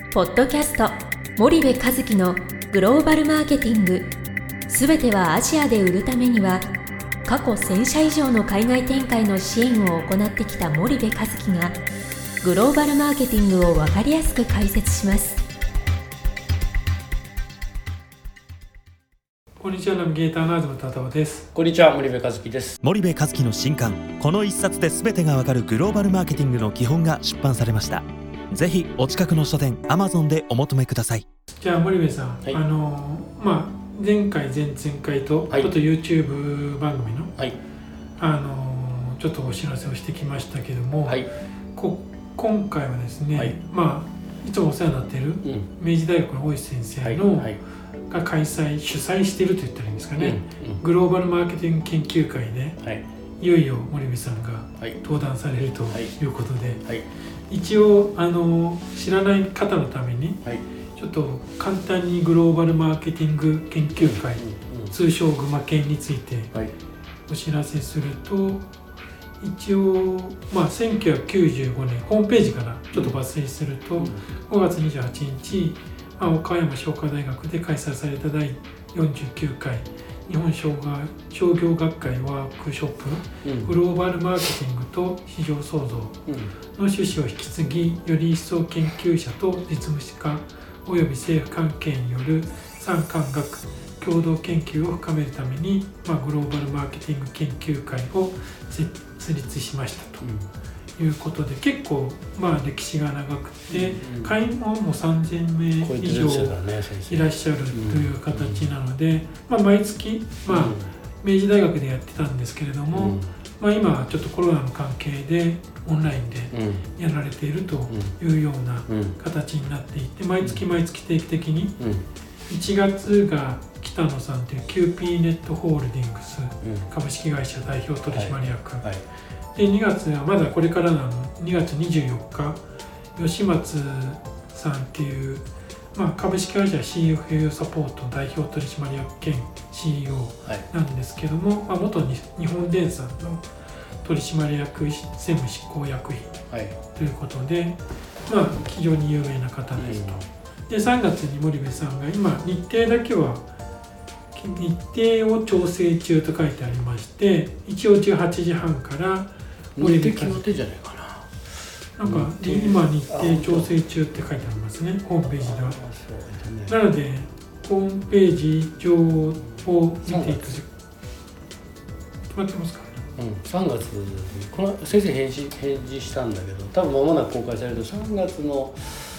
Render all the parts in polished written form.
ポッドキャスト森部一樹のグローバルマーケティング、すべてはアジアで売るためには、過去1000社以上の海外展開の支援を行ってきた森部一樹がグローバルマーケティングを分かりやすく解説します。 こんにちは、ナビゲーターの東忠夫です。 こんにちは、森部一樹です。 森部一樹の新刊、この一冊で全てがわかるグローバルマーケティングの基本が出版されました。ぜひお近くの書店 Amazon でお求めください。 じゃあ森部さん、 はい、 前回前々回と、 はい、 ちょっと YouTube 番組の、 はい、 ちょっとお知らせをしてきましたけども、 はい、 今回はですね、 はい、 いつもお世話になっている、明治大学の大石先生の、が主催していると言ったらいいんですかね、グローバルマーケティング研究会で、いよいよ森部さんが登壇されるということで、一応知らない方のために、ちょっと簡単にグローバルマーケティング研究会、通称グマ研についてお知らせすると、一応、1995年ホームページからちょっと抜粋すると、5月28日、岡山商科大学で開催された第49回日本商業学会ワークショップ、グローバルマーケティングと市場創造の趣旨を引き継ぎ、より一層研究者と実務家および政府関係による産官学共同研究を深めるために、グローバルマーケティング研究会を設立しましたということで、結構歴史が長くて、会員も3000名以上いらっしゃるという形なので、毎月、明治大学でやってたんですけれども、今はちょっとコロナの関係でオンラインでやられているというような形になっていて、毎月定期的に1月が北野さんというキューピーネットホールディングス株式会社代表取締役、で2月はまだこれからなの、2月24日吉松さんっていう、株式会社 CFA サポート代表取締役兼 CEO なんですけども、元日本電産の取締役専務執行役員ということで、非常に有名な方ですと。で3月に森部さんが今日程だけは日程を調整中と書いてありまして、一応18時半から森部決まってんじゃないかな。 今日程調整中って書いてありますね、ホームページでは。なのでホームページ上を見ていく。決まってますか？ 3月この先生返事したんだけど、多分間もなく公開されると3月の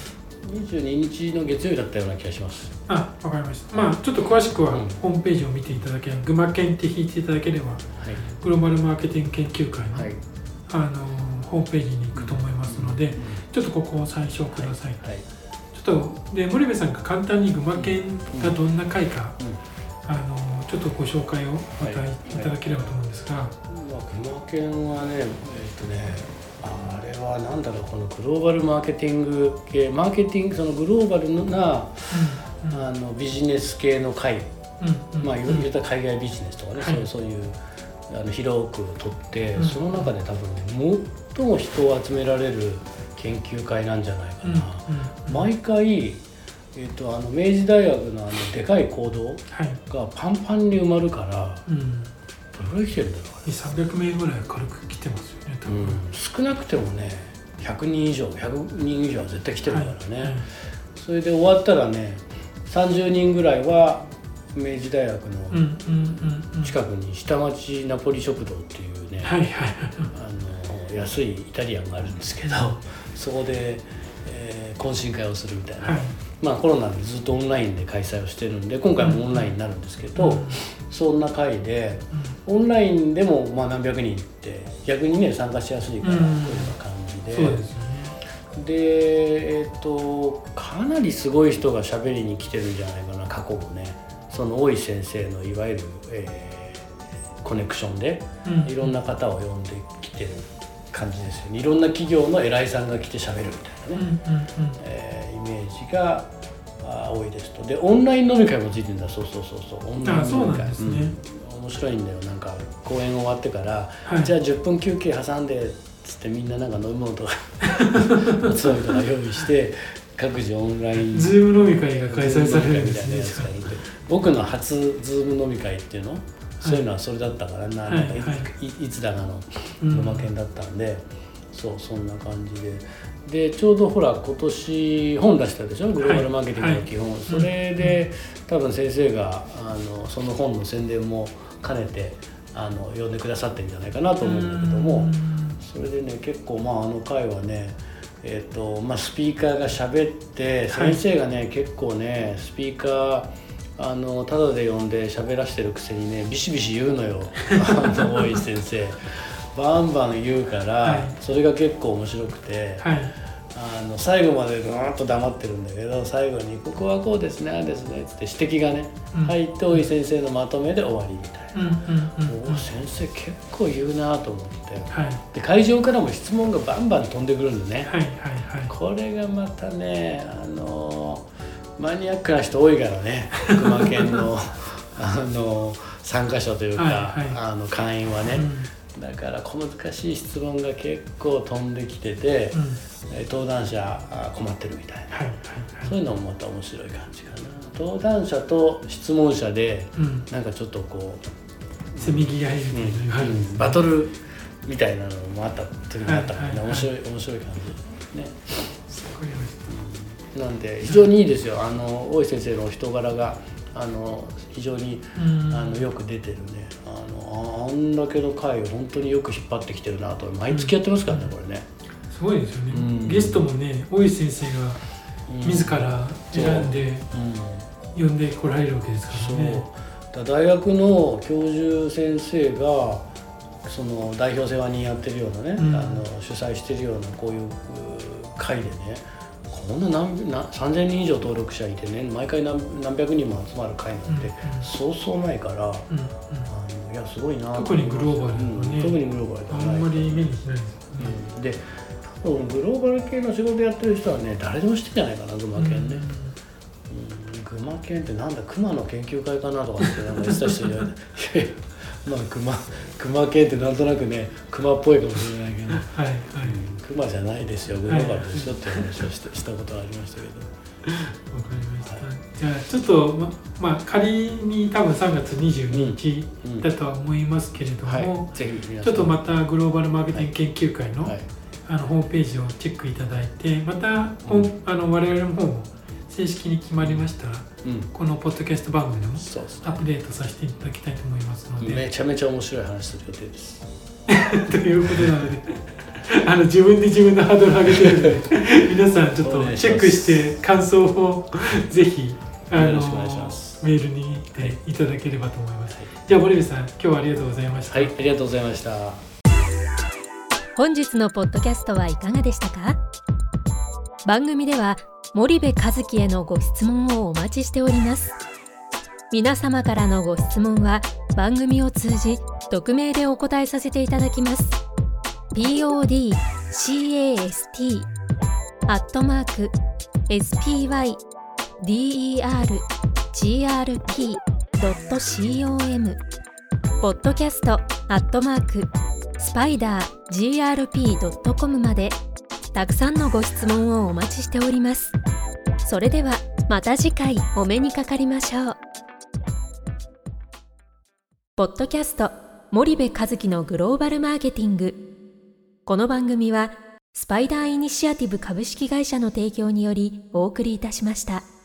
22日の月曜日だったような気がします。 わかりました。ちょっと詳しくはホームページを見ていただければ、グマ研って引いていただければ、グローバルマーケティング研究会の、ホームページに行くと思いますので、ちょっとここを参照ください。ちょっとで森部さんが簡単にグマ研がどんな会か、ちょっとご紹介をまたいただければと思うんですが、 グマ研はね、あれはなんだろう、このグローバルマーケティング系、マーケティング、そのグローバルな、ビジネス系の会、言ったら海外ビジネスとかね、そういう広く取って、その中で多分ね、最も人を集められる研究会なんじゃないかな。毎回、明治大学のでかい講堂がパンパンに埋まるから、どれぐらい来てるんだろうね。 300名ぐらい軽く来てますよね、多分。 少なくてもね、100人以上は絶対来てるからね。それで終わったらね、30人ぐらいは明治大学の近くに下町ナポリ食堂っていうね、安いイタリアンがあるんですけど、そこで、懇親会をするみたいな、コロナでずっとオンラインで開催をしてるんで、今回もオンラインになるんですけど、そんな会で、オンラインでも何百人って逆にね参加しやすいから、こういうような感じで。 そうですよね。 で、かなりすごい人が喋りに来てるんじゃないかな、過去もね。その大井先生のいわゆる、コネクションでいろんな方を呼んできてる感じですよね。いろんな企業の偉いさんが来て喋るみたいなね、イメージが多いですと。でオンライン飲み会もついてるんだ。そうオンライン飲み会。 そうなんですね。 面白いんだよ。なんか講演終わってから、じゃあ10分休憩挟んでつってみんななんか飲み物とかおつまみとか用意して各自オンラインズーム飲み会が開催されるんですね。 僕の初ズーム飲み会っていうの、そういうのはそれだったからな、なんかいつだかの群馬県だったんで、そんな感じでちょうどほら今年本出したでしょ、グローバルマーケティングの基本、それで多分先生がその本の宣伝も兼ねて呼んでくださってるんじゃないかなと思うんだけども、それでね結構あの回はねスピーカーが喋って、先生がね結構ねスピーカーただで呼んで喋らせてるくせにねビシビシ言うのよ大石先生バンバン言うから、それが結構面白くて、最後までぐーっと黙ってるんだけど、最後に「ここはこうですね、ああですね」って指摘がね、入って大井先生のまとめで終わりみたいな。先生結構言うなと思って、で会場からも質問がバンバン飛んでくるんでね、これがまたねマニアックな人多いからね、群馬県の参加者というか、会員はね、だから小難しい質問が結構飛んできてて、登壇者困ってるみたいな、そういうのもまた面白い感じかな。登壇者と質問者で、なんかちょっとこうせめぎ合いみたいな、 バトルみたいなのもあった時があったからね、面白い感じね。なんで非常にいいですよ。大井先生のお人柄が非常によく出てるね。あんだけの回を本当によく引っ張ってきてるなと、毎月やってますからね、これね。 すごいですよね。ゲストもね、大井先生が自ら選んで呼んでこられるわけですからね。 大学の教授先生がその代表世話人やってるようなね、主催してるようなこういう会でね、こんな3000人以上登録者いてね、毎回何百人も集まる会なんてそうそうないから、いやすごいな。 特にグローバルのね、 特にグローバルあんまり目にしないですよね。 でグローバル系の仕事やってる人はね、誰でも知ってるんじゃないかな、群馬県ね。群馬県ってなんだ、熊の研究会かなとかってなんか言ってた人いる熊県ってなんとなくね、熊っぽいかもしれないけど、熊じゃないですよ、グローバルでしょっていう話をしたことがありましたけど。 わかりました。じゃあちょっと仮に多分3月22日だとは思いますけれども、ちょっとまたグローバルマーケティング研究会のホームページをチェックいただいて、また我々の方も正式に決まりましたら、このポッドキャスト番組でもアップデートさせていただきたいと思いますので、 めちゃめちゃ面白い話する予定ですということなので自分で自分のハードルを上げてるので皆さんちょっとチェックして感想をぜひよろしくお願いします。 メールにいただければと思います。じゃあ森部さん、今日はありがとうございました。 はい、ありがとうございました。 本日のポッドキャストはいかがでしたか？番組では森部一樹へのご質問をお待ちしております。皆様からのご質問は番組を通じ匿名でお答えさせていただきます。podcast@spydergrp.com podcast@spidergrp.com までたくさんのご質問をお待ちしております。それではまた次回お目にかかりましょう。ポッドキャスト森部一樹のグローバルマーケティング。この番組はスパイダーイニシアティブ株式会社の提供によりお送りいたしました。